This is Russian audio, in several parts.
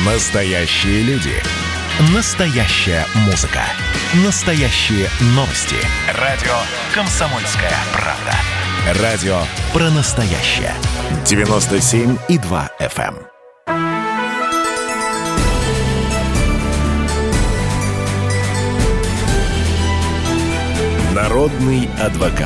Настоящие люди. Настоящая музыка. Настоящие новости. Радио «Комсомольская правда». Радио про настоящее. 97,2 FM. Народный адвокат.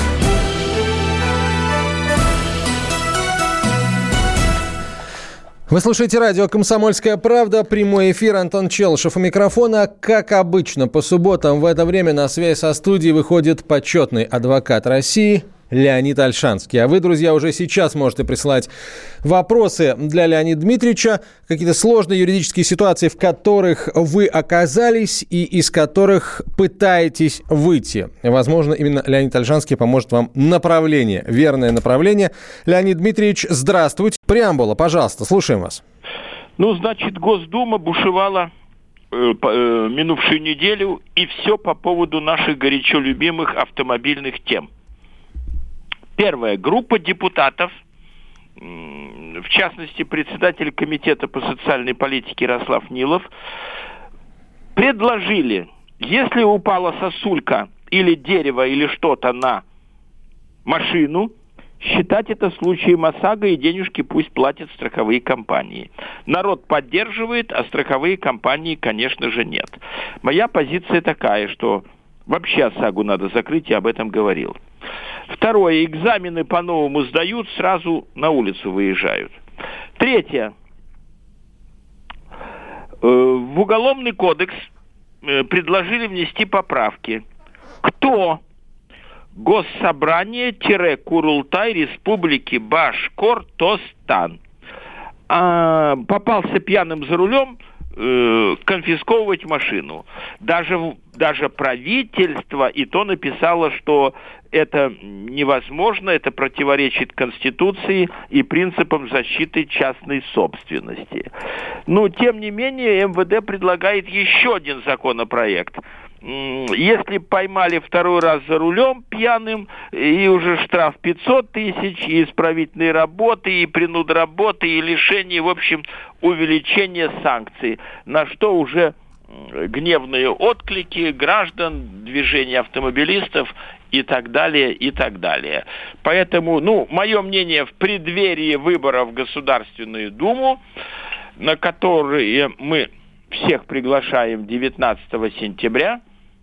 Вы слушаете радио «Комсомольская правда», прямой эфир, Антон Челышев у микрофона. Как обычно, по субботам в это время на связь со студией выходит почетный адвокат России Леонид Ольшанский. А вы, друзья, уже сейчас можете присылать вопросы для Леонида Дмитриевича, какие-то сложные юридические ситуации, в которых вы оказались и из которых пытаетесь выйти. Возможно, именно Леонид Ольшанский поможет вам верное направление. Леонид Дмитриевич, здравствуйте. Преамбула, пожалуйста, слушаем вас. Значит, Госдума бушевала минувшую неделю, и все по поводу наших горячо любимых автомобильных тем. Первая группа депутатов, в частности, председатель комитета по социальной политике Ярослав Нилов, предложили, если упала сосулька или дерево или что-то на машину, считать это случаем ОСАГО, и денежки пусть платят страховые компании. Народ поддерживает, а страховые компании, конечно же, нет. Моя позиция такая, что вообще ОСАГО надо закрыть, я об этом говорил. Второе. Экзамены по-новому сдают, сразу на улицу выезжают. Третье. В Уголовный кодекс предложили внести поправки. Кто? Госсобрание-Курултай Республики Башкортостан попался пьяным за рулем, конфисковывать машину. Даже правительство и то написало, что это невозможно, это противоречит Конституции и принципам защиты частной собственности. Но, тем не менее, МВД предлагает еще один законопроект. Если поймали второй раз за рулем пьяным, и уже штраф 500 тысяч, и исправительные работы, и принудработы, и лишение, в общем, увеличение санкций, на что уже гневные отклики граждан, движения автомобилистов и так далее, и так далее. Поэтому, мое мнение, в преддверии выборов в Государственную Думу, на которые мы всех приглашаем 19 сентября,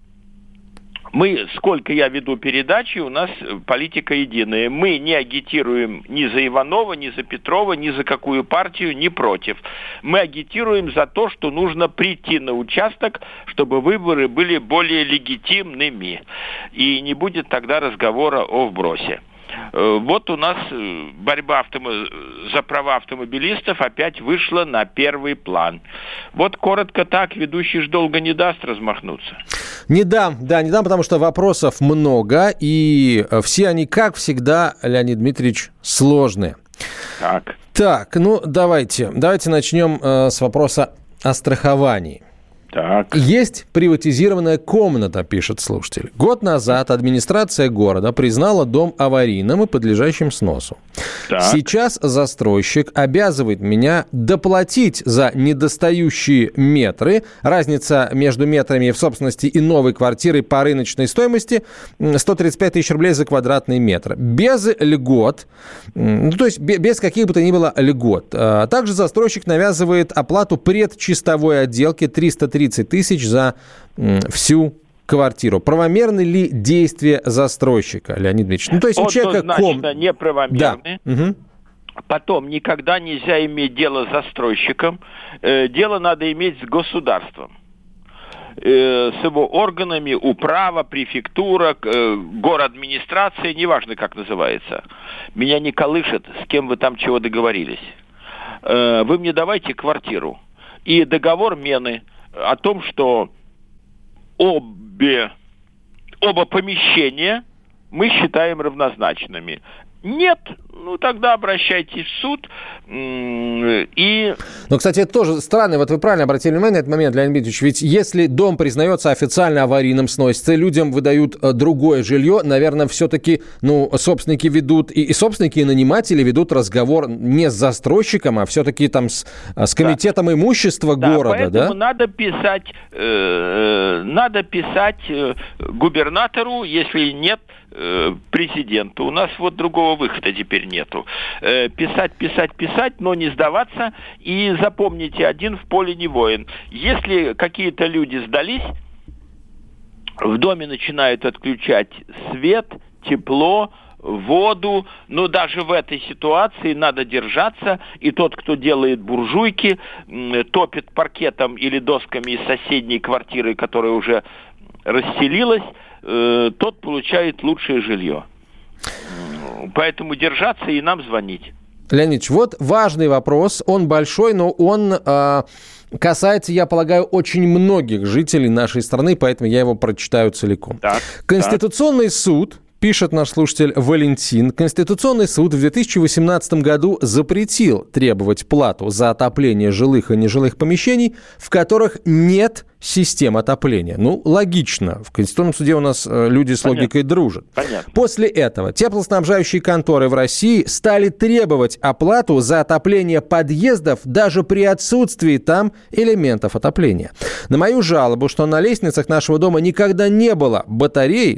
сколько я веду передачи, у нас политика единая. Мы не агитируем ни за Иванова, ни за Петрова, ни за какую партию, ни против. Мы агитируем за то, что нужно прийти на участок, чтобы выборы были более легитимными. И не будет тогда разговора о вбросе. Вот у нас борьба за права автомобилистов опять вышла на первый план. Вот коротко так, ведущий ж долго не даст размахнуться. Не дам, потому что вопросов много, и все они, как всегда, Леонид Дмитриевич, сложные. Так, давайте начнем с вопроса о страховании. Так. Есть приватизированная комната, пишет слушатель. Год назад администрация города признала дом аварийным и подлежащим сносу. Так. Сейчас застройщик обязывает меня доплатить за недостающие метры. Разница между метрами в собственности и новой квартирой по рыночной стоимости 135 тысяч рублей за квадратный метр. Без льгот, то есть без каких бы то ни было льгот. Также застройщик навязывает оплату предчистовой отделки 330 тысяч за всю квартиру. Правомерны ли действия застройщика, Леонид Дмитриевич? То есть у человека неправомерны. Да. Угу. Потом, никогда нельзя иметь дело с застройщиком. Дело надо иметь с государством. С его органами, управа, префектура, городадминистрация, неважно, как называется. Меня не колышет, с кем вы там чего договорились. Вы мне давайте квартиру. И договор мены о том, что оба помещения мы считаем равнозначными. Нет, ну тогда обращайтесь в суд и... Но, кстати, это тоже странно, вот вы правильно обратили внимание на этот момент, Леонид Дмитриевич, ведь если дом признается официально аварийным, сносится, людям выдают другое жилье, наверное, все-таки, собственники ведут, и собственники, и наниматели ведут разговор не с застройщиком, а все-таки там с комитетом имущества города, да? Поэтому надо писать губернатору, если нет президенту. У нас вот другого выхода теперь нету. Писать, но не сдаваться. И запомните, один в поле не воин. Если какие-то люди сдались, в доме начинают отключать свет, тепло, воду, но даже в этой ситуации надо держаться, и тот, кто делает буржуйки, топит паркетом или досками из соседней квартиры, которая уже расселилась, тот получает лучшее жилье. Поэтому держаться и нам звонить. Леонид, вот важный вопрос, он большой, но он касается, я полагаю, очень многих жителей нашей страны, поэтому я его прочитаю целиком. Конституционный суд, пишет наш слушатель Валентин, Конституционный суд в 2018 году запретил требовать плату за отопление жилых и нежилых помещений, в которых нет систем отопления. Логично. В Конституционном суде у нас люди с логикой дружат. Понятно. После этого теплоснабжающие конторы в России стали требовать оплату за отопление подъездов даже при отсутствии там элементов отопления. На мою жалобу, что на лестницах нашего дома никогда не было батарей,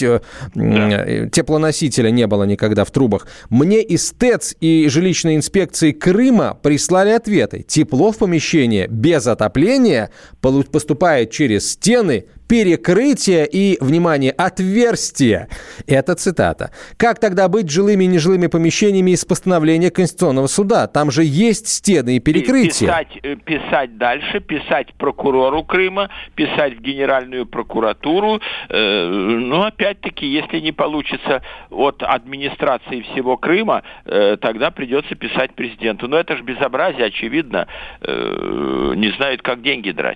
теплоносителя не было никогда в трубах, мне из ТЭЦ и жилищной инспекции Крыма прислали ответы. Тепло в помещении без отопления поступает через стены, перекрытия и, внимание, отверстия. Это цитата. Как тогда быть жилыми и нежилыми помещениями из постановления Конституционного суда? Там же есть стены и перекрытия. Писать дальше, писать прокурору Крыма, писать в Генеральную прокуратуру. Опять-таки, если не получится от администрации всего Крыма, тогда придется писать президенту. Но это же безобразие, очевидно. Не знают, как деньги драть.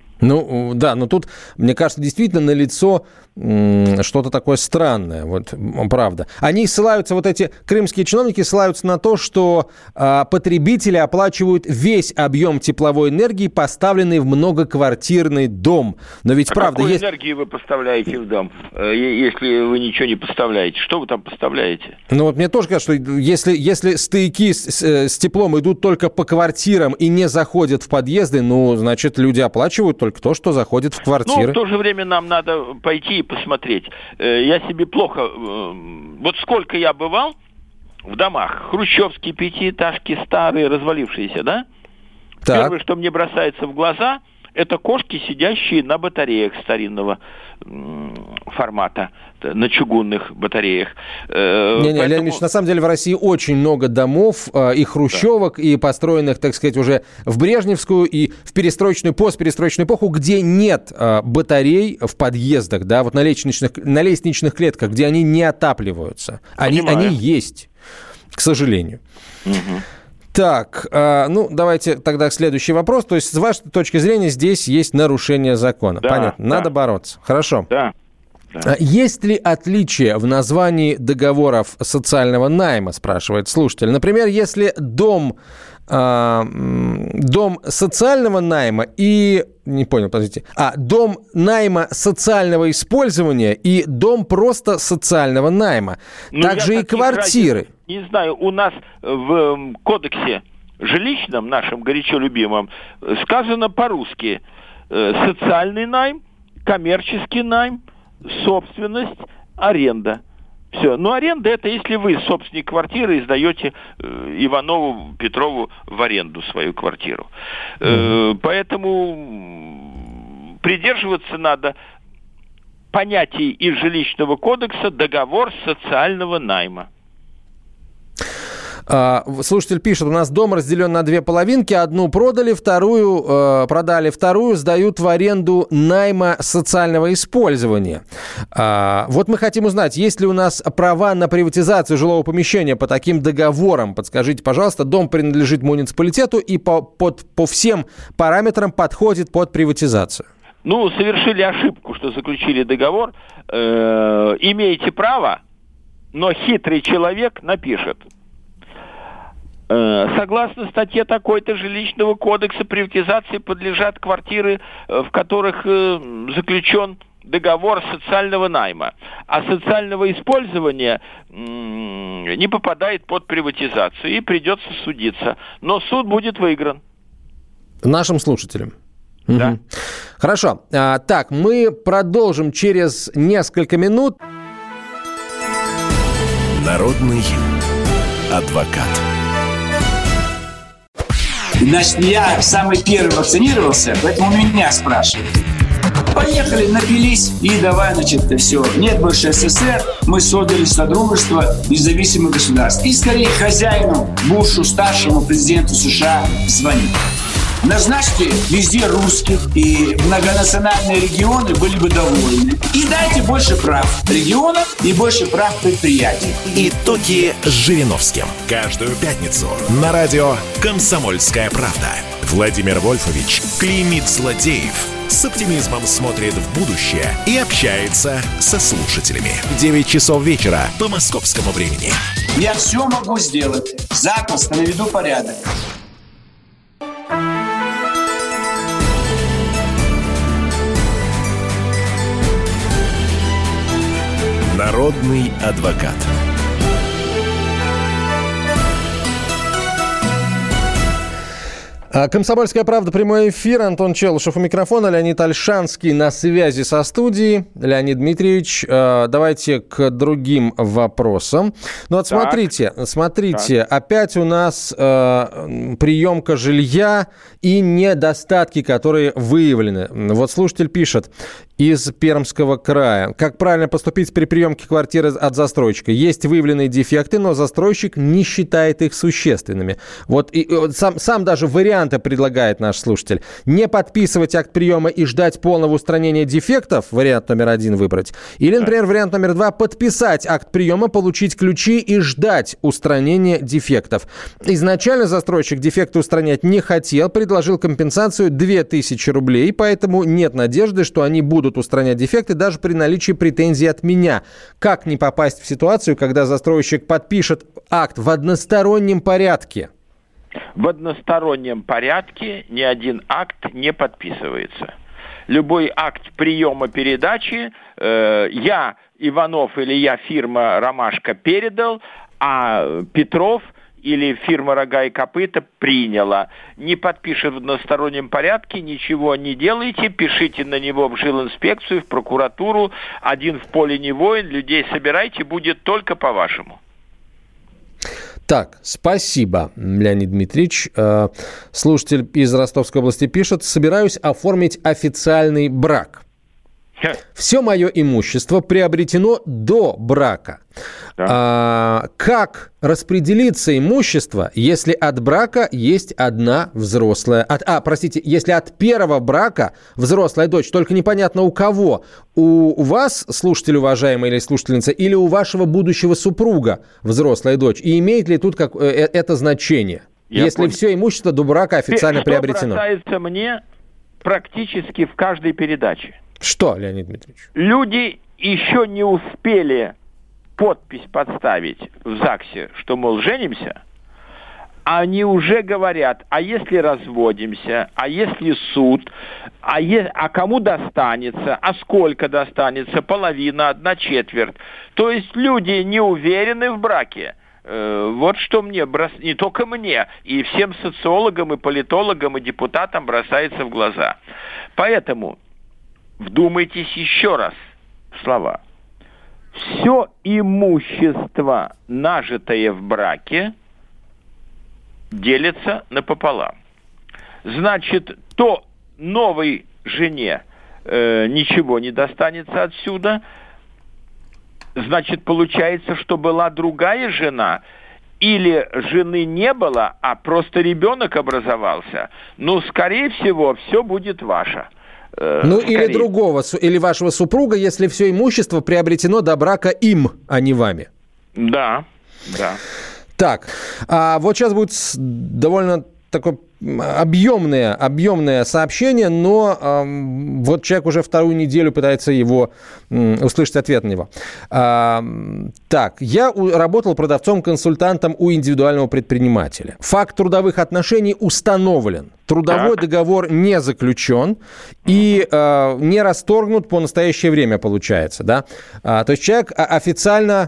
Но тут, мне кажется, действительно налицо что-то такое странное, правда. Они ссылаются, эти крымские чиновники ссылаются на то, что потребители оплачивают весь объем тепловой энергии, поставленный в многоквартирный дом. Но ведь правда... Какую энергию вы поставляете в дом, если вы ничего не поставляете? Что вы там поставляете? Мне тоже кажется, что если стояки с теплом идут только по квартирам и не заходят в подъезды, значит, люди оплачивают только то, что заходит в квартиры. В то же время нам надо пойти и посмотреть. Я себе плохо... Вот сколько я бывал в домах, хрущевские пятиэтажки, старые, развалившиеся, да? Так. Первое, что мне бросается в глаза, это кошки, сидящие на батареях старинного формата, на чугунных батареях. Леонид Ильич, на самом деле в России очень много домов и хрущевок, и построенных, так сказать, уже в брежневскую и в перестроечную, постперестроечную эпоху, где нет батарей в подъездах, да, на лестничных клетках, где они не отапливаются. Они есть, к сожалению. Угу. Так, давайте тогда следующий вопрос. То есть, с вашей точки зрения, здесь есть нарушение закона. Да, понятно, надо бороться. Хорошо. Да. Есть ли отличие в названии договоров социального найма, спрашивает слушатель. Например, если дом социального найма и... Не понял, подождите. Дом найма социального использования и дом просто социального найма. Также и квартиры. Не знаю, у нас в кодексе жилищном, нашем горячо любимом, сказано по-русски: социальный найм, коммерческий найм, собственность, аренда. Все. Аренда — это если вы, собственник квартиры, сдаете Иванову, Петрову в аренду свою квартиру. Поэтому придерживаться надо понятий из жилищного кодекса «договор социального найма». Слушатель пишет, у нас дом разделен на две половинки, одну продали, продали, вторую сдают в аренду найма социального использования. Вот мы хотим узнать, есть ли у нас права на приватизацию жилого помещения по таким договорам. Подскажите, пожалуйста, дом принадлежит муниципалитету и по всем параметрам подходит под приватизацию. Совершили ошибку, что заключили договор. Имеете право но хитрый человек напишет: согласно статье такой-то Жилищного кодекса, приватизации подлежат квартиры, в которых заключен договор социального найма, а социального использования не попадает под приватизацию и придется судиться. Но суд будет выигран. Нашим слушателям. Да. Угу. Хорошо. Так, мы продолжим через несколько минут. Народный адвокат. Значит, я самый первый вакцинировался, поэтому меня спрашивают. Поехали, напились и давай, значит, все. Нет больше СССР, мы создали Содружество независимых государств. И скорее хозяину Бушу, старшему президенту США, звонить. Назначьте везде русских, и многонациональные регионы были бы довольны. И дайте больше прав регионам и больше прав предприятий. Итоги с Жириновским. Каждую пятницу на радио «Комсомольская правда». Владимир Вольфович клеймит злодеев, с оптимизмом смотрит в будущее и общается со слушателями. 9 часов вечера по московскому времени. Я все могу сделать. Запросто наведу порядок. Народный адвокат. «Комсомольская правда», прямой эфир. Антон Челышев у микрофона, Леонид Ольшанский на связи со студией. Леонид Дмитриевич, давайте к другим вопросам. Ну вот смотрите, опять у нас приемка жилья и недостатки, которые выявлены. Вот слушатель пишет из Пермского края. Как правильно поступить при приемке квартиры от застройщика? Есть выявленные дефекты, но застройщик не считает их существенными. Вот и сам даже варианты предлагает наш слушатель. Не подписывать акт приема и ждать полного устранения дефектов, вариант номер 1 выбрать. Или, например, вариант номер 2, подписать акт приема, получить ключи и ждать устранения дефектов. Изначально застройщик дефекты устранять не хотел, предложил компенсацию 2000 рублей, поэтому нет надежды, что они будут устранять дефекты даже при наличии претензий от меня. Как не попасть в ситуацию, когда застройщик подпишет акт в одностороннем порядке? В одностороннем порядке ни один акт не подписывается. Любой акт приема передачи я, Иванов или я, фирма «Ромашка», передал, а Петров или фирма «Рога и копыта» приняла. Не подпишет в одностороннем порядке, ничего не делайте, пишите на него в жилинспекцию, в прокуратуру, один в поле не воин, людей собирайте, будет только по-вашему. Так, спасибо, Леонид Дмитриевич. Слушатель из Ростовской области пишет: собираюсь оформить официальный брак. Все мое имущество приобретено до брака. Да. Как распределится имущество, если от брака есть одна взрослая... если от первого брака взрослая дочь, только непонятно у кого. У вас, слушатель уважаемый или слушательница, или у вашего будущего супруга взрослая дочь? И имеет ли тут это значение, если понял. Все имущество до брака официально приобретено? Что бросается мне практически в каждой передаче. Что, Леонид Дмитриевич? Люди еще не успели подпись подставить в ЗАГСе, что, мол, женимся, а они уже говорят, а если разводимся, а если суд, а кому достанется, а сколько достанется, половина, 1/4. То есть люди не уверены в браке. Вот что мне, не только мне, и всем социологам, и политологам, и депутатам бросается в глаза. Поэтому вдумайтесь еще раз в слова. Все имущество, нажитое в браке, делится напополам. Значит, то новой жене ничего не достанется отсюда. Значит, получается, что была другая жена, или жены не было, а просто ребенок образовался. Ну, скорее всего, все будет ваше. Или другого, или вашего супруга, если все имущество приобретено до брака им, а не вами. Да, да. Так, вот сейчас будет довольно такой объемное сообщение, но вот человек уже вторую неделю пытается его услышать ответ на него. Так, я работал продавцом-консультантом у индивидуального предпринимателя. Факт трудовых отношений установлен. Трудовой договор не заключен и не расторгнут по настоящее время, получается, да? То есть человек официально,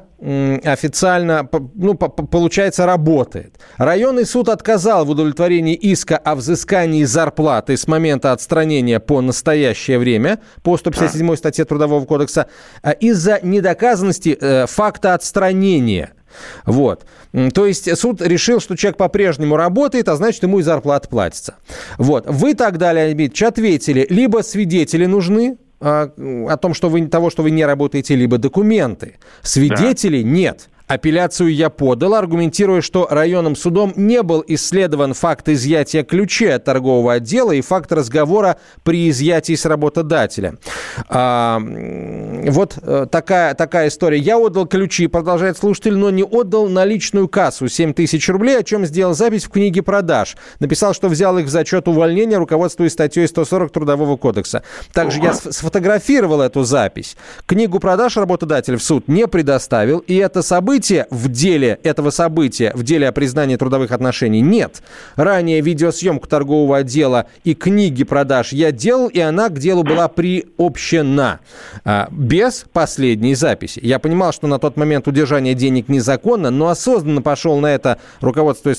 получается, работает. Районный суд отказал в удовлетворении иска о взыскании зарплаты с момента отстранения по настоящее время, по 157 статье Трудового кодекса, из-за недоказанности факта отстранения. Вот. То есть суд решил, что человек по-прежнему работает, а значит, ему и зарплата платится. Вот. Вы тогда, Леонид Ильич, ответили, либо свидетели нужны о том, что вы не работаете, либо документы. Свидетелей нет. Апелляцию я подал, аргументируя, что районным судом не был исследован факт изъятия ключей от торгового отдела и факт разговора при изъятии с работодателя. Вот такая история. Я отдал ключи, продолжает слушатель, но не отдал наличную кассу 7 тысяч рублей, о чем сделал запись в книге продаж. Написал, что взял их в зачет увольнения, руководствуясь статьей 140 Трудового кодекса. Также я сфотографировал эту запись. Книгу продаж работодатель в суд не предоставил, и это событие в деле о признании трудовых отношений нет. Ранее видеосъемку торгового отдела и книги продаж я делал, и она к делу была приобщена. Без последней записи. Я понимал, что на тот момент удержание денег незаконно, но осознанно пошел на это, руководствуясь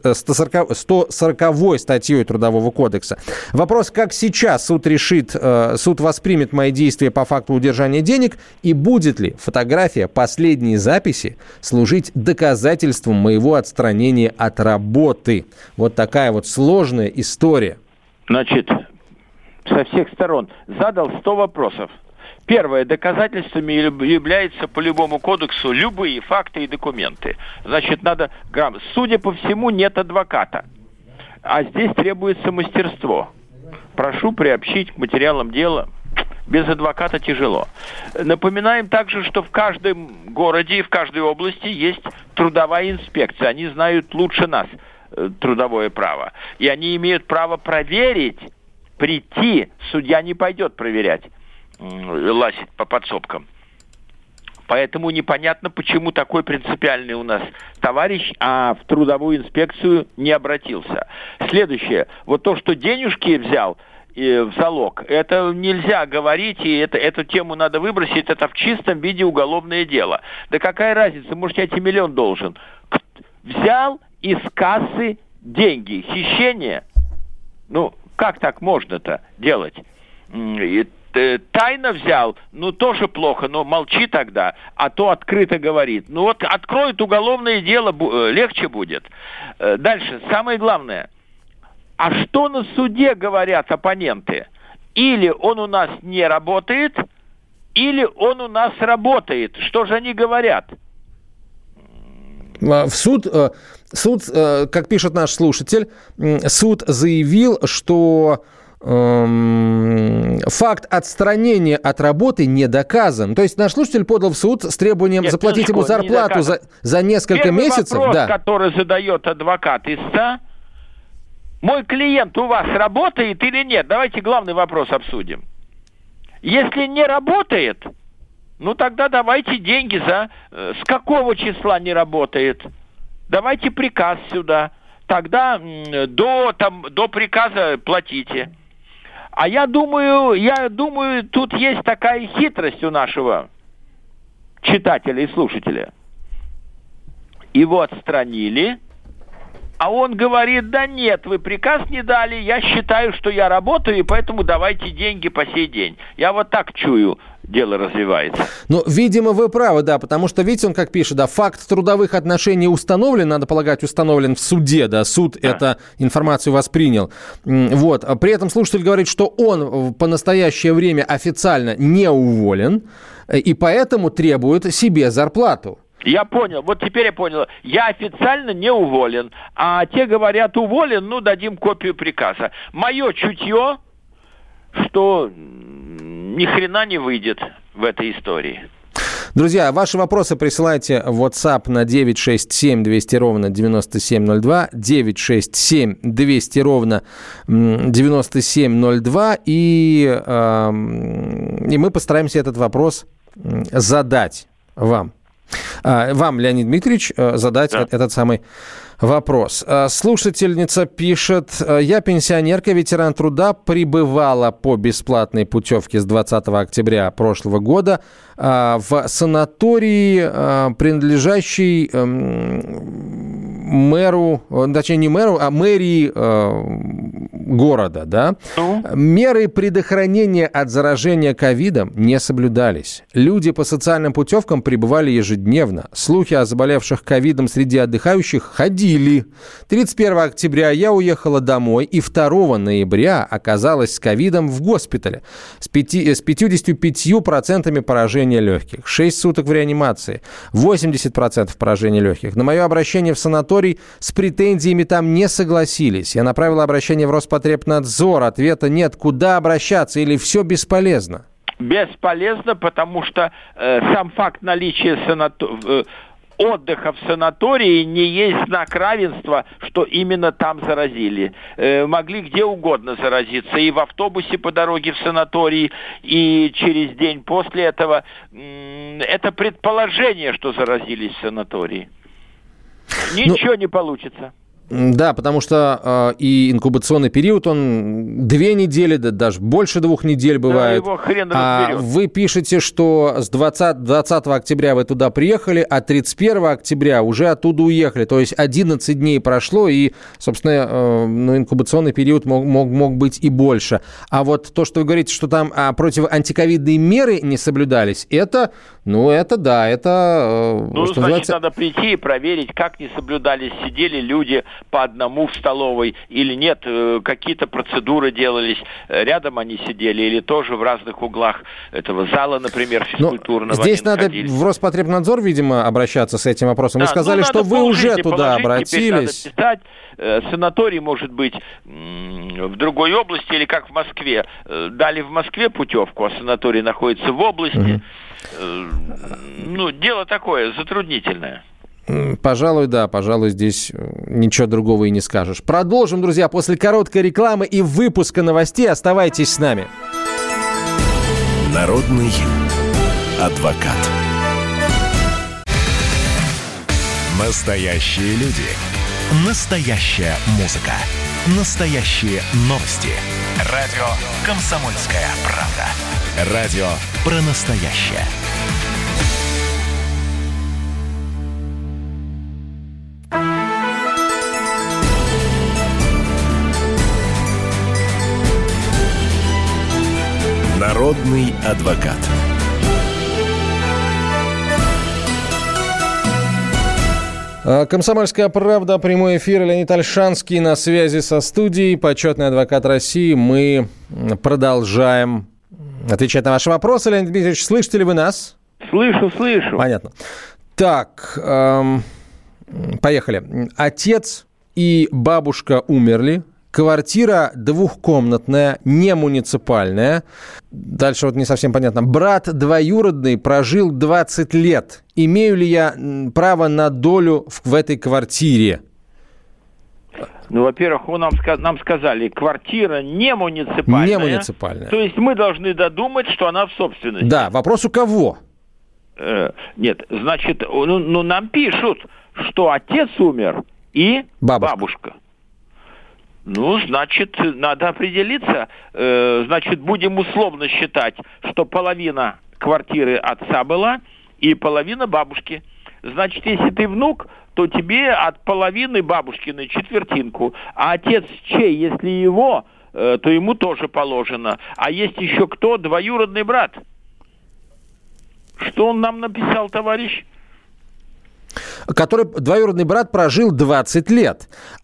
140 статьей Трудового кодекса. Вопрос, как сейчас суд воспримет мои действия по факту удержания денег, и будет ли фотография последней записи служить доказательством моего отстранения от работы. Вот такая вот сложная история. Значит, со всех сторон задал 100 вопросов. Первое. Доказательствами являются по любому кодексу любые факты и документы. Значит, надо... Судя по всему, нет адвоката. А здесь требуется мастерство. Прошу приобщить к материалам дела. Без адвоката тяжело. Напоминаем также, что в каждом городе и в каждой области есть трудовая инспекция. Они знают лучше нас трудовое право. И они имеют право проверить, прийти. Судья не пойдет проверять, лазить по подсобкам. Поэтому непонятно, почему такой принципиальный у нас товарищ, а в трудовую инспекцию не обратился. Следующее. Вот то, что денежки взял в залог, это нельзя говорить, и эту тему надо выбросить, это в чистом виде уголовное дело. Да какая разница, может, я тебе миллион должен. Взял из кассы деньги, хищение, как так можно-то делать? Тайно взял, тоже плохо, но молчи тогда, а то открыто говорит. Откроет уголовное дело, легче будет. Дальше, самое главное. А что на суде говорят оппоненты? Или он у нас не работает, или он у нас работает. Что же они говорят? Суд, как пишет наш слушатель, суд заявил, что факт отстранения от работы не доказан. То есть наш слушатель подал в суд с требованием заплатить ему зарплату за несколько месяцев. Первый вопрос, который задает адвокат истца: мой клиент у вас работает или нет? Давайте главный вопрос обсудим. Если не работает, тогда давайте деньги с какого числа не работает. Давайте приказ сюда. Тогда до приказа платите. А я думаю, тут есть такая хитрость у нашего читателя и слушателя. Его отстранили, а он говорит: да нет, вы приказ не дали, я считаю, что я работаю, и поэтому давайте деньги по сей день. Я вот так чую, дело развивается. Видимо, вы правы, да, потому что, видите, он как пишет, да, факт трудовых отношений установлен, надо полагать, установлен в суде, да, суд эту информацию воспринял. Вот. При этом слушатель говорит, что он по настоящее время официально не уволен, и поэтому требует себе зарплату. Я понял, вот теперь я понял. Я официально не уволен, а те говорят: уволен, дадим копию приказа. Мое чутье, что ни хрена не выйдет в этой истории. Друзья, ваши вопросы присылайте в WhatsApp на 967-200-97-02, 967-200-97-02, и мы постараемся этот вопрос задать вам. Вам, Леонид Дмитриевич, задать этот самый вопрос. Слушательница пишет: я пенсионерка, ветеран труда, прибывала по бесплатной путевке с 20 октября прошлого года в санатории, принадлежащий мэру, точнее не мэру, а мэрии города, да? Меры предохранения от заражения ковидом не соблюдались. Люди по социальным путевкам прибывали ежедневно. Слухи о заболевших ковидом среди отдыхающих ходили. 31 октября я уехала домой и 2 ноября оказалась с ковидом в госпитале с 55% поражения легких, 6 суток в реанимации, 80% поражения легких. На мое обращение в санаторий с претензиями там не согласились. Я направила обращение в Роспотребнадзор. Ответа нет. Куда обращаться? Или все бесполезно? Бесполезно, потому что сам факт наличия отдыха в санатории не есть знак равенства, что именно там заразили. Могли где угодно заразиться. И в автобусе по дороге в санаторий, и через день после этого. Это предположение, что заразились в санатории. Ничего не получится. Да, потому что и инкубационный период, он 2 недели, да, даже больше 2 недель бывает. Да, его хрен разберет. Вы пишете, что с 20 октября вы туда приехали, а 31 октября уже оттуда уехали. То есть 11 дней прошло, и, собственно, инкубационный период мог быть и больше. А вот то, что вы говорите, что там противоантиковидные меры не соблюдались, это значит, надо прийти и проверить, как не соблюдались, сидели люди по одному в столовой или нет, какие-то процедуры делались, рядом они сидели или тоже в разных углах этого зала, например, физкультурного. Здесь надо в Роспотребнадзор, видимо, обращаться с этим вопросом. Вы сказали, что вы уже туда обратились. Надо писать. Санаторий может быть в другой области или как в Москве. Дали в Москве путевку, а санаторий находится в области. Дело такое затруднительное. Пожалуй, здесь ничего другого и не скажешь. Продолжим, друзья, после короткой рекламы и выпуска новостей. Оставайтесь с нами. Народный адвокат. Настоящие люди. Настоящая музыка. Настоящие новости. Радио «Комсомольская правда». Радио про настоящее. Народный адвокат. «Комсомольская правда», прямой эфир. Леонид Ольшанский на связи со студией, почетный адвокат России. Мы продолжаем отвечать на ваши вопросы. Леонид Дмитриевич, слышите ли вы нас? Слышу. Понятно. Так, поехали. Отец и бабушка умерли. Квартира двухкомнатная, не муниципальная. Дальше не совсем понятно. Брат двоюродный прожил 20 лет. Имею ли я право на долю в этой квартире? Во-первых, нам сказали, квартира не муниципальная. Не муниципальная. То есть мы должны додумать, что она в собственности. Да, вопрос у кого? Нет, значит, нам пишут, что отец умер и бабушка. Значит, надо определиться. Значит, будем условно считать, что половина квартиры отца была и половина бабушки. Значит, если ты внук, то тебе от половины бабушкиной четвертинку. А отец чей, если его, то ему тоже положено. А есть еще кто? Двоюродный брат. Что он нам написал, товарищ? Который двоюродный брат прожил 20 лет.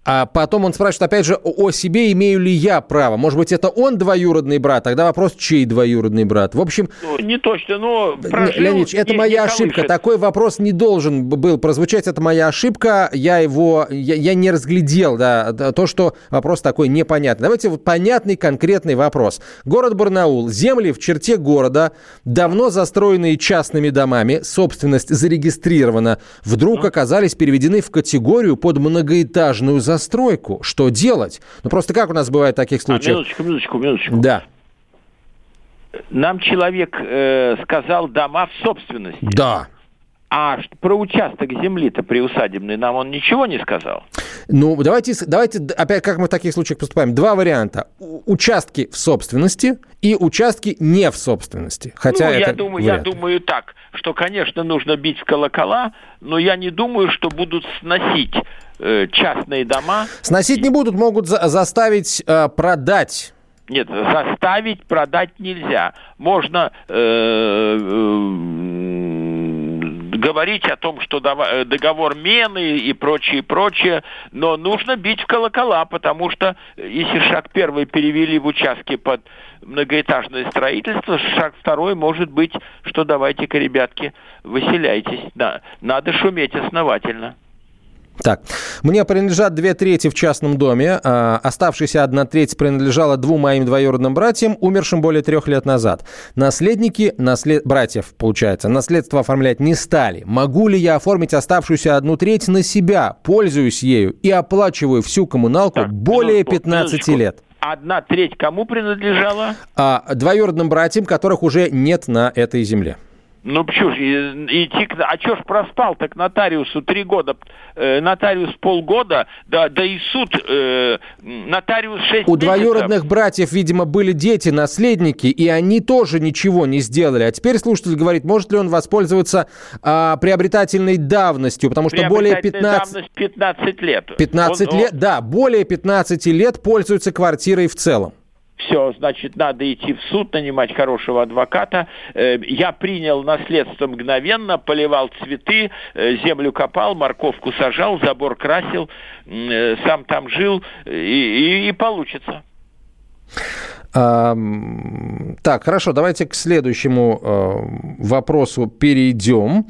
А потом он спрашивает, опять же, о себе имею ли я право. Может быть, это он двоюродный брат? Тогда вопрос, чей двоюродный брат? В общем... Не точно, но... Леонид, это моя ошибка. Такой вопрос не должен был прозвучать. Это моя ошибка. Я не разглядел, да, то, что вопрос такой непонятный. Давайте вот понятный, конкретный вопрос. Город Барнаул. Земли в черте города, давно застроенные частными домами, собственность зарегистрирована, вдруг оказались переведены в категорию под многоэтажную застройку. Что делать? Ну, просто как у нас бывает в таких случаях? Минуточку. Да. Нам человек сказал дома в собственности. Да. А про участок земли-то приусадебный нам он ничего не сказал? Ну, давайте опять, как мы в таких случаях поступаем? Два варианта. Участки в собственности и участки не в собственности. Хотя я думаю так, что, конечно, нужно бить в колокола, но я не думаю, что будут сносить частные дома. Сносить не будут, могут заставить продать. Нет, заставить продать нельзя. Можно говорить о том, что договор мены и прочее, но нужно бить в колокола, потому что если шаг первый перевели в участки под многоэтажное строительство, шаг второй может быть, что давайте-ка, ребятки, выселяйтесь. Да, надо шуметь основательно. Так, мне принадлежат 2/3 в частном доме, оставшаяся 1/3 принадлежала 2 моим двоюродным братьям, умершим более 3 лет назад. Наследники, братьев, получается, наследство оформлять не стали. Могу ли я оформить оставшуюся 1/3 на себя, пользуюсь ею и оплачиваю всю коммуналку более 15 лет? 1/3 кому принадлежала? Двоюродным братьям, которых уже нет на этой земле. Ну, почему же идти... А что ж проспал, так нотариусу 3 года, нотариус полгода, да и суд, нотариус 6 месяцев. У двоюродных братьев, видимо, были дети, наследники, и они тоже ничего не сделали. А теперь слушатель говорит, может ли он воспользоваться приобретательной давностью, потому что более 15 лет. 15 лет, да, более 15 лет пользуются квартирой в целом. Все, значит, надо идти в суд, нанимать хорошего адвоката. Я принял наследство мгновенно, поливал цветы, землю копал, морковку сажал, забор красил, сам там жил, и получится. Так, хорошо, давайте к следующему вопросу перейдем.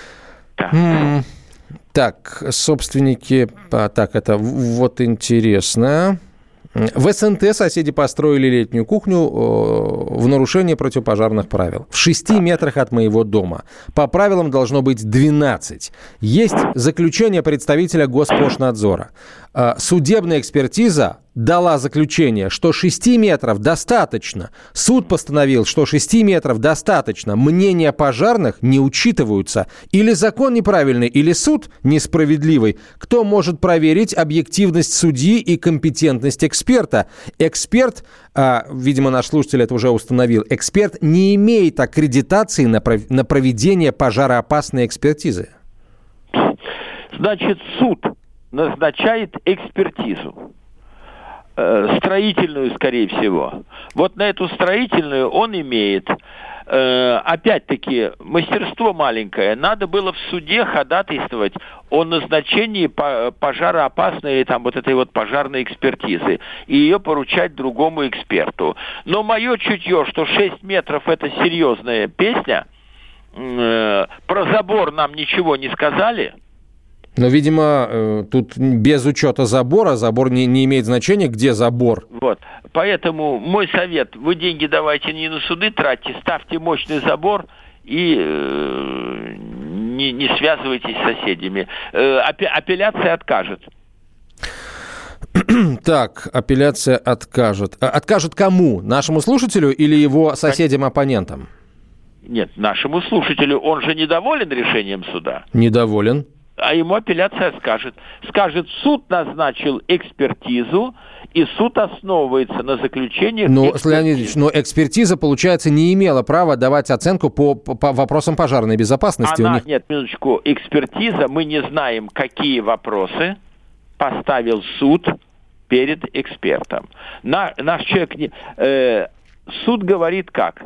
Так, собственники... Так, это вот интересно... В СНТ соседи построили летнюю кухню в нарушение противопожарных правил. В 6 метрах от моего дома. По правилам должно быть 12. Есть заключение представителя Госпошнадзора. Судебная экспертиза дала заключение, что 6 метров достаточно. Суд постановил, что 6 метров достаточно. Мнения пожарных не учитываются. Или закон неправильный, или суд несправедливый. Кто может проверить объективность судьи и компетентность эксперта? Эксперт, видимо, наш слушатель это уже установил, эксперт не имеет аккредитации на проведение пожароопасной экспертизы. Значит, суд назначает экспертизу. Строительную, скорее всего. Вот на эту строительную он имеет, опять-таки, мастерство маленькое. Надо было в суде ходатайствовать о назначении пожароопасной или там вот этой вот пожарной экспертизы и ее поручать другому эксперту. Но мое чутье, что 6 метров это серьезная песня, про забор нам ничего не сказали. Но, видимо, тут без учета забора, забор не имеет значения, где забор. Вот. Поэтому мой совет, вы деньги давайте не на суды тратьте, ставьте мощный забор и не связывайтесь с соседями. Апелляция откажет. Так, апелляция откажет. Откажет кому? Нашему слушателю или его соседям-оппонентам? Нет, нашему слушателю. Он же недоволен решением суда. Недоволен. А ему апелляция скажет. Скажет, суд назначил экспертизу, и суд основывается на заключениях. Ну, Леонид Ильич, но экспертиза, получается, не имела права давать оценку по вопросам пожарной безопасности. Нет, минуточку, экспертиза, мы не знаем, какие вопросы поставил суд перед экспертом. Наш человек... суд говорит как?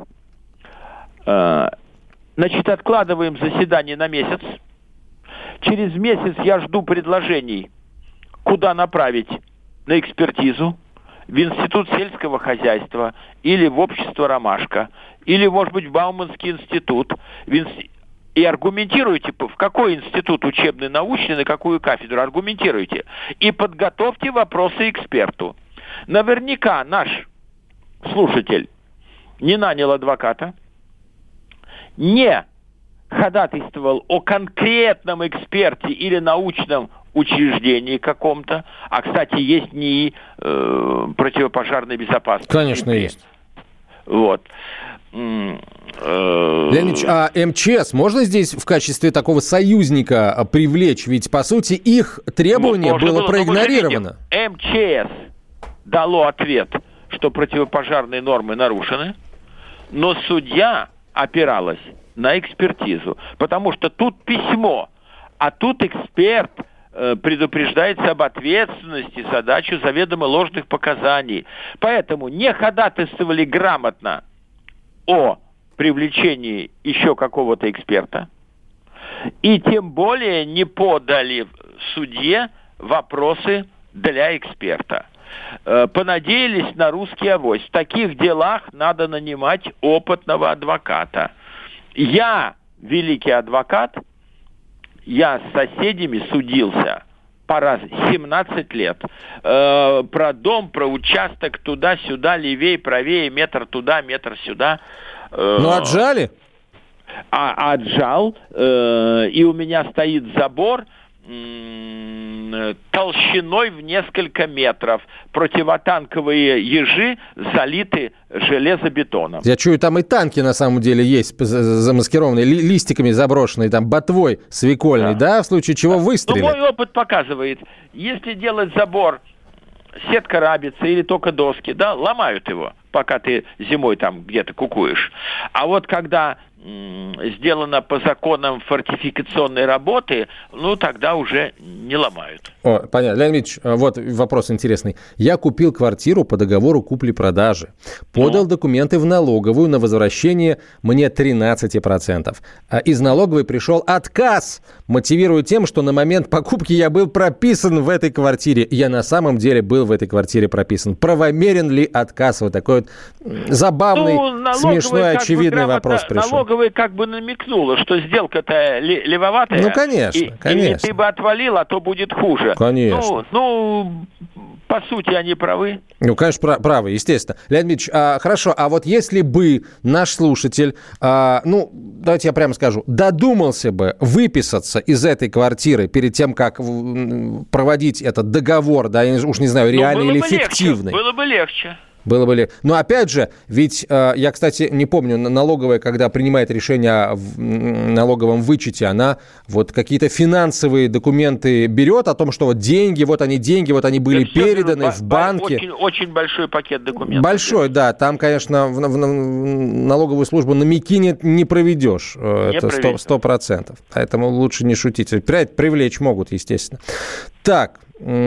Значит, откладываем заседание на месяц. Через месяц я жду предложений куда направить на экспертизу? В Институт сельского хозяйства или в общество «Ромашка», или, может быть, в Бауманский институт. И аргументируйте, в какой институт учебный, научный, на какую кафедру, аргументируйте. И подготовьте вопросы эксперту. Наверняка наш слушатель не нанял адвоката, не ходатайствовал о конкретном эксперте или научном учреждении каком-то. А, кстати, есть НИИ противопожарной безопасности. Конечно, есть. Вот. Леонид Ильич, а МЧС можно здесь в качестве такого союзника привлечь? Ведь, по сути, их требование было проигнорировано. МЧС дало ответ, что противопожарные нормы нарушены, но судья опиралась на экспертизу, потому что тут письмо, а тут эксперт предупреждается об ответственности за дачу заведомо ложных показаний. Поэтому не ходатайствовали грамотно о привлечении еще какого-то эксперта, и тем более не подали судье вопросы для эксперта. Понадеялись на русский авось. В таких делах надо нанимать опытного адвоката. Я, великий адвокат, я с соседями судился по раз 17 лет. Про дом, про участок, туда-сюда, левее, правее, метр туда, метр сюда. Ну, отжали? Отжал. И у меня стоит забор толщиной в несколько метров. Противотанковые ежи залиты железобетоном. Я чую, там и танки на самом деле есть, замаскированные, листиками заброшенные, там ботвой свекольной, да, в случае чего выстрелят. Ну, мой опыт показывает, если делать забор, сетка рабица или только доски, да, ломают его, пока ты зимой там где-то кукуешь. А вот когда сделано по законам фортификационной работы, ну, тогда уже не ломают. О, понятно. Леонид Ильич, вот вопрос интересный. Я купил квартиру по договору купли-продажи. Подал документы в налоговую на возвращение мне 13%. Из налоговой пришел отказ, мотивируя тем, что на момент покупки я был прописан в этой квартире. Я на самом деле был в этой квартире прописан. Правомерен ли отказ? Вот такой вот забавный, смешной, очевидный вопрос пришел. Налоговая как бы намекнула, что сделка-то левоватая. Ну, конечно, конечно. И ты бы отвалил, а то будет хуже. Конечно. Ну, по сути, они правы. Ну, конечно, правы, естественно. Леонид Ильич, хорошо, а вот если бы наш слушатель, ну, давайте я прямо скажу, додумался бы выписаться из этой квартиры перед тем, как проводить этот договор, да, я уж не знаю, реальный или фиктивный. Было бы легче. Было бы ли. Но опять же, ведь я, кстати, не помню, налоговая, когда принимает решение о налоговом вычете, она вот какие-то финансовые документы берет о том, что вот деньги, вот они были переданы в банке. Очень большой пакет документов. Большой, да. Там, конечно, в налоговую службу на МИКИ не проведешь. Это 100%. Поэтому лучше не шутить. Привлечь могут, естественно. Так.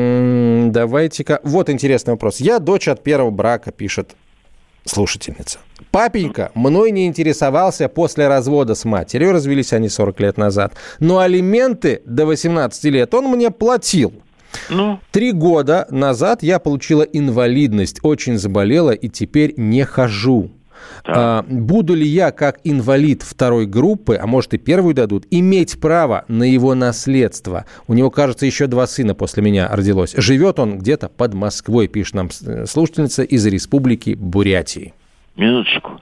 Давайте-ка. Вот интересный вопрос. Я дочь от первого брака, пишет слушательница. Папенька мной не интересовался после развода с матерью. Развелись они 40 лет назад. Но алименты до 18 лет он мне платил. 3 года назад я получила инвалидность. Очень заболела и теперь не хожу. Буду ли я, как инвалид второй группы, а может и первую дадут, иметь право на его наследство? У него, кажется, еще 2 сына после меня родилось. Живет он где-то под Москвой, пишет нам слушательница из Республики Бурятии. Минуточку.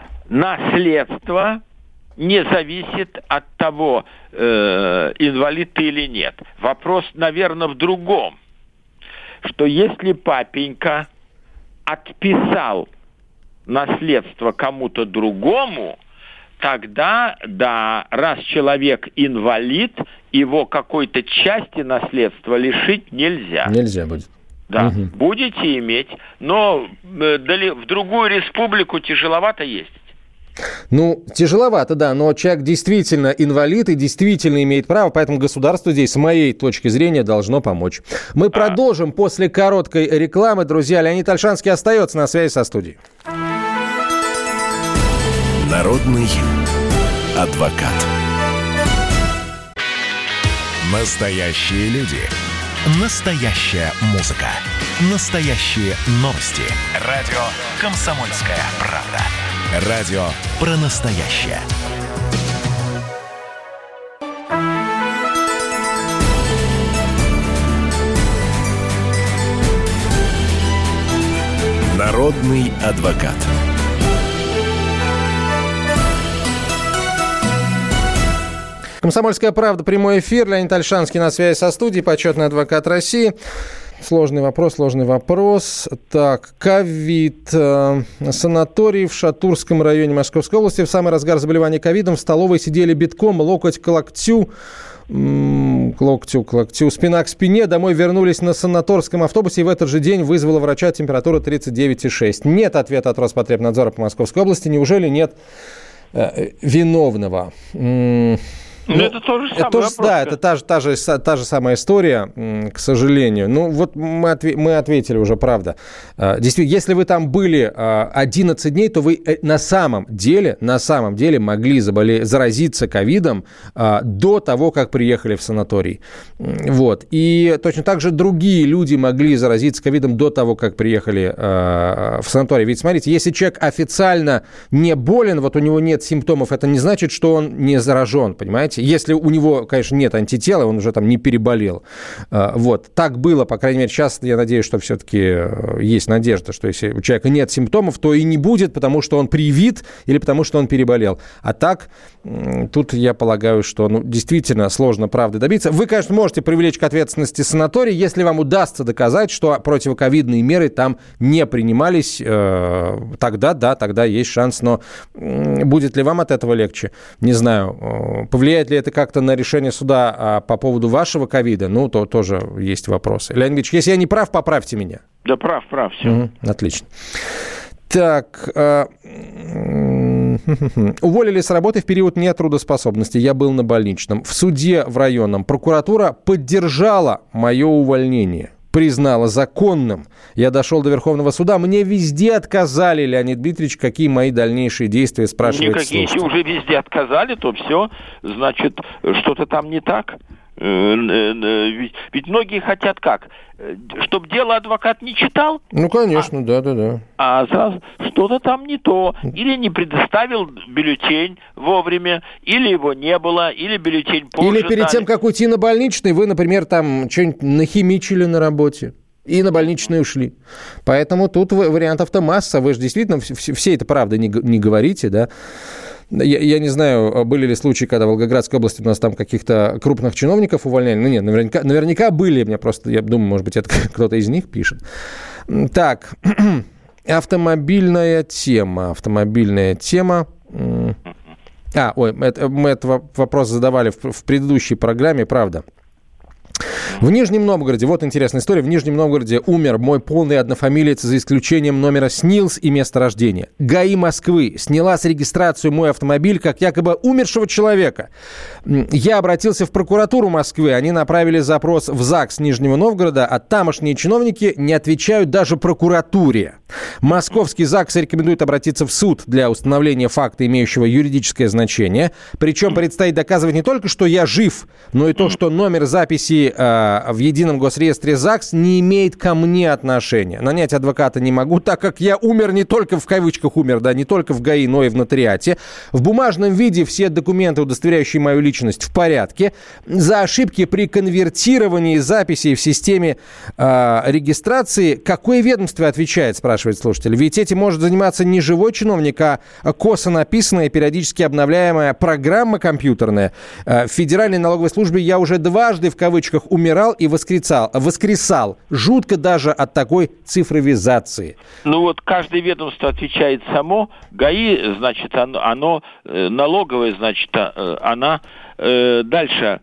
Наследство не зависит от того, инвалид ты или нет. Вопрос, наверное, в другом. Что если папенька отписал наследство кому-то другому, тогда, да, раз человек инвалид, его какой-то части наследства лишить нельзя. Нельзя будет. Да, будете иметь, но в другую республику тяжеловато ездить. Ну, тяжеловато, да, но человек действительно инвалид и действительно имеет право, поэтому государство здесь, с моей точки зрения, должно помочь. Мы продолжим после короткой рекламы. Друзья, Леонид Ольшанский остается на связи со студией. Народный адвокат. Настоящие люди. Настоящая музыка. Настоящие новости. Радио «Комсомольская правда». Радио про настоящее. Народный адвокат. «Комсомольская правда», прямой эфир. Леонид Ольшанский на связи со студией, почетный адвокат России. Сложный вопрос. Так, ковид. Санаторий в Шатурском районе Московской области. В самый разгар заболевания ковидом в столовой сидели битком, локоть к локтю. Спина к спине. Домой вернулись на санаторском автобусе и в этот же день вызвала врача температура 39,6. Нет ответа от Роспотребнадзора по Московской области. Неужели нет виновного? Это тоже самое вопрос. Да, это та же самая история, к сожалению. Вот мы ответили уже, правда. Действительно, если вы там были 11 дней, то вы на самом деле могли заразиться ковидом до того, как приехали в санаторий. Вот. И точно так же другие люди могли заразиться ковидом до того, как приехали в санаторий. Ведь, смотрите, если человек официально не болен, вот у него нет симптомов, это не значит, что он не заражен, понимаете? Если у него, конечно, нет антитела, он уже там не переболел. Вот. Так было, по крайней мере, сейчас я надеюсь, что все-таки есть надежда, что если у человека нет симптомов, то и не будет, потому что он привит или потому что он переболел. А так, тут я полагаю, что действительно сложно правды добиться. Вы, конечно, можете привлечь к ответственности санаторий, если вам удастся доказать, что противоковидные меры там не принимались, тогда есть шанс. Но будет ли вам от этого легче? Не знаю. Повлияет ли это как-то на решение суда по поводу вашего ковида? То тоже есть вопросы. Леонид Ильич, если я не прав, поправьте меня. Да, прав, все. Отлично. Так, уволили с работы в период нетрудоспособности. Я был на больничном. В суде в районном прокуратура поддержала мое увольнение. Признала законным. Я дошел до Верховного суда. Мне везде отказали, Леонид Дмитриевич. Какие мои дальнейшие действия, спрашивает слушатель. Никакие, если уже везде отказали, то все, значит, что-то там не так. Ведь многие хотят как? Чтоб дело адвокат не читал? Конечно, да. А сразу что-то там не то. Или не предоставил бюллетень вовремя, или его не было, или бюллетень позже. Или перед тем, как уйти на больничный, вы, например, там что-нибудь нахимичили на работе. И на больничный ушли. Поэтому тут вариантов-то масса. Вы же действительно все это правда не говорите, да? Я не знаю, были ли случаи, когда в Волгоградской области у нас там каких-то крупных чиновников увольняли. Нет, наверняка были. Я думаю, может быть, это кто-то из них пишет. Так, автомобильная тема. Мы этот вопрос задавали в предыдущей программе, правда. В Нижнем Новгороде, вот интересная история, в Нижнем Новгороде умер мой полный однофамилец за исключением номера СНИЛС и места рождения. ГАИ Москвы сняла с регистрации мой автомобиль как якобы умершего человека. Я обратился в прокуратуру Москвы, они направили запрос в ЗАГС Нижнего Новгорода, а тамошние чиновники не отвечают даже прокуратуре. Московский ЗАГС рекомендует обратиться в суд для установления факта, имеющего юридическое значение. Причем предстоит доказывать не только, что я жив, но и то, что номер записи в едином госреестре ЗАГС не имеет ко мне отношения. Нанять адвоката не могу, так как я умер не только, в кавычках умер, да, не только в ГАИ, но и в нотариате. В бумажном виде все документы, удостоверяющие мою личность, в порядке. За ошибки при конвертировании записей в системе регистрации какое ведомство отвечает, спрашивает слушатель. Ведь этим может заниматься не живой чиновник, а косо написанная, периодически обновляемая программа компьютерная. В Федеральной налоговой службе я уже дважды, в кавычках, умирал и воскресал. Жутко даже от такой цифровизации. Каждое ведомство отвечает само. ГАИ, значит, оно налоговое, значит, она дальше.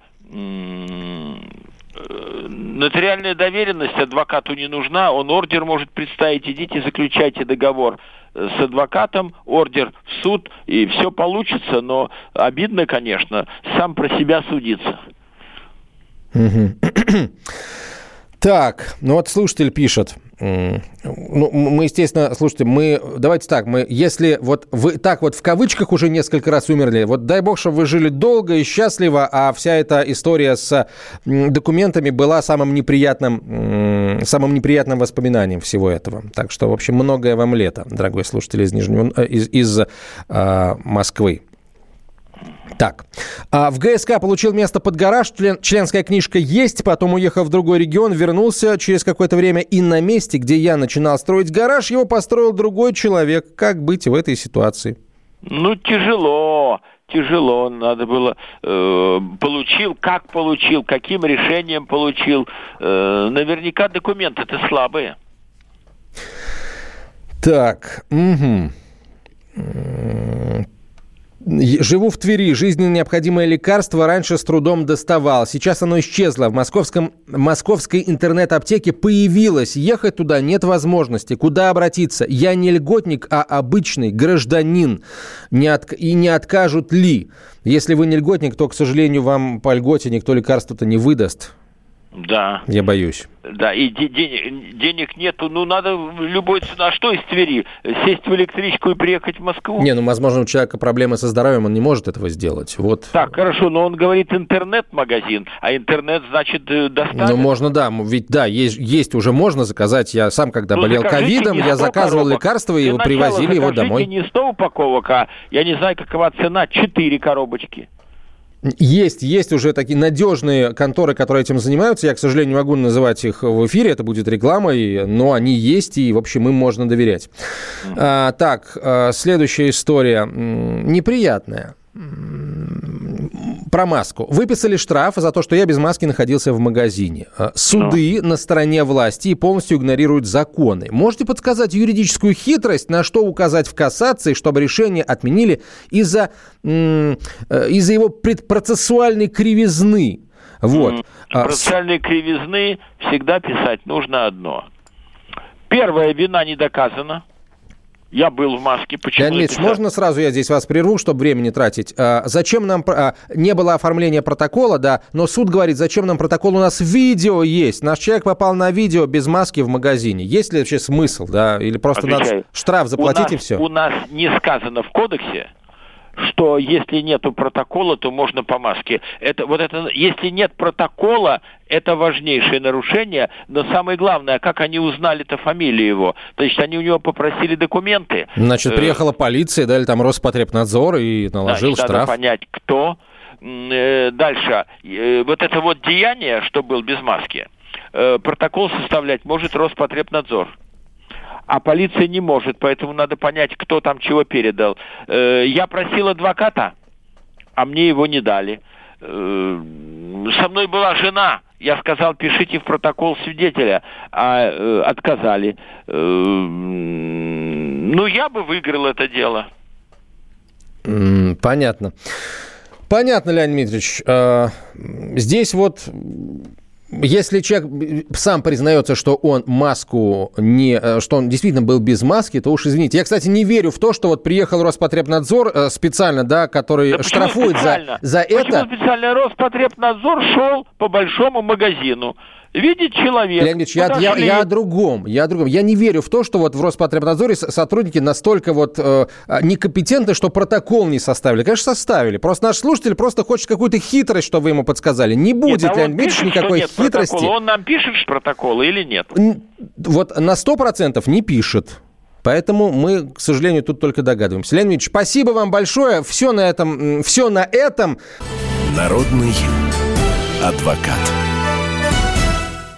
Нотариальная доверенность адвокату не нужна, он ордер может представить, идите заключайте договор с адвокатом, ордер в суд, и все получится, но обидно, конечно, сам про себя судиться. Так, слушатель пишет. мы, естественно, слушайте, давайте так, если вот вы так вот в кавычках уже несколько раз умерли, вот дай бог, чтобы вы жили долго и счастливо, а вся эта история с документами была самым неприятным воспоминанием всего этого. Так что, в общем, многое вам лето, дорогой слушатель из Москвы. Так, в ГСК получил место под гараж, членская книжка есть, потом уехал в другой регион, вернулся через какое-то время, и на месте, где я начинал строить гараж, его построил другой человек. Как быть в этой ситуации? Тяжело, надо было, получил, каким решением получил, наверняка документы-то слабые. Так, Живу в Твери. Жизненно необходимое лекарство раньше с трудом доставал. Сейчас оно исчезло. В московской интернет-аптеке появилось. Ехать туда нет возможности. Куда обратиться? Я не льготник, а обычный гражданин. И не откажут ли? Если вы не льготник, то, к сожалению, вам по льготе никто лекарство-то не выдаст. Да. Я боюсь. Да, и денег нету, надо любой ценой. А что из Твери? Сесть в электричку и приехать в Москву? Возможно, у человека проблемы со здоровьем, он не может этого сделать. Вот. Так, хорошо, но он говорит интернет-магазин, а интернет, значит, доставит? Можно, да, ведь, да, есть уже можно заказать. Я сам, когда болел ковидом, я заказывал лекарства, и привозили его домой. Не 100 упаковок, а, я не знаю, какова цена, 4 коробочки. Есть уже такие надежные конторы, которые этим занимаются. Я, к сожалению, не могу называть их в эфире, это будет рекламой, но они есть, и, в общем, им можно доверять. Следующая история неприятная. Про маску. Выписали штраф за то, что я без маски находился в магазине. Суды на стороне власти и полностью игнорируют законы. Можете подсказать юридическую хитрость, на что указать в кассации, чтобы решение отменили из-за его предпроцессуальной кривизны? Вот. Процессуальной кривизны всегда писать нужно одно. Первая, вина не доказана. Я был в маске. Почему? Леонид Ильич, можно сразу я здесь вас прерву, чтобы время не тратить? Зачем нам... Не было оформления протокола, да, но суд говорит, зачем нам протокол? У нас видео есть. Наш человек попал на видео без маски в магазине. Есть ли вообще смысл, да? Или просто надо штраф заплатить и все? У нас не сказано в кодексе, что если нету протокола, то можно по маске. Если нет протокола, это важнейшее нарушение, но самое главное, как они узнали-то фамилию его? То есть они у него попросили документы. Значит, приехала полиция, дали там Роспотребнадзор и наложил штраф. Надо понять, кто. Дальше. Вот это вот деяние, что был без маски, протокол составлять может Роспотребнадзор. А полиция не может, поэтому надо понять, кто там чего передал. Я просил адвоката, а мне его не дали. Со мной была жена. Я сказал, пишите в протокол свидетеля, а отказали. Я бы выиграл это дело. Понятно. Понятно, Леонид Дмитриевич. Здесь вот... Если человек сам признается, что он маску что он действительно был без маски, то уж извините. Я, кстати, не верю в то, что вот приехал Роспотребнадзор специально, да, который штрафует за это. Почему специально? Роспотребнадзор шел по большому магазину. Видит человек. Леонид Ильич, я о другом. Я не верю в то, что вот в Роспотребнадзоре сотрудники настолько вот некомпетентны, что протокол не составили. Конечно, составили. Просто наш слушатель просто хочет какую-то хитрость, чтобы вы ему подсказали. Не будет, Леонид Дмитриевич, никакой хитрости. Протокола. Он нам пишет протоколы или нет? Вот на 100% не пишет. Поэтому мы, к сожалению, тут только догадываемся. Леонид Ильич, спасибо вам большое. Все на этом. Народный адвокат.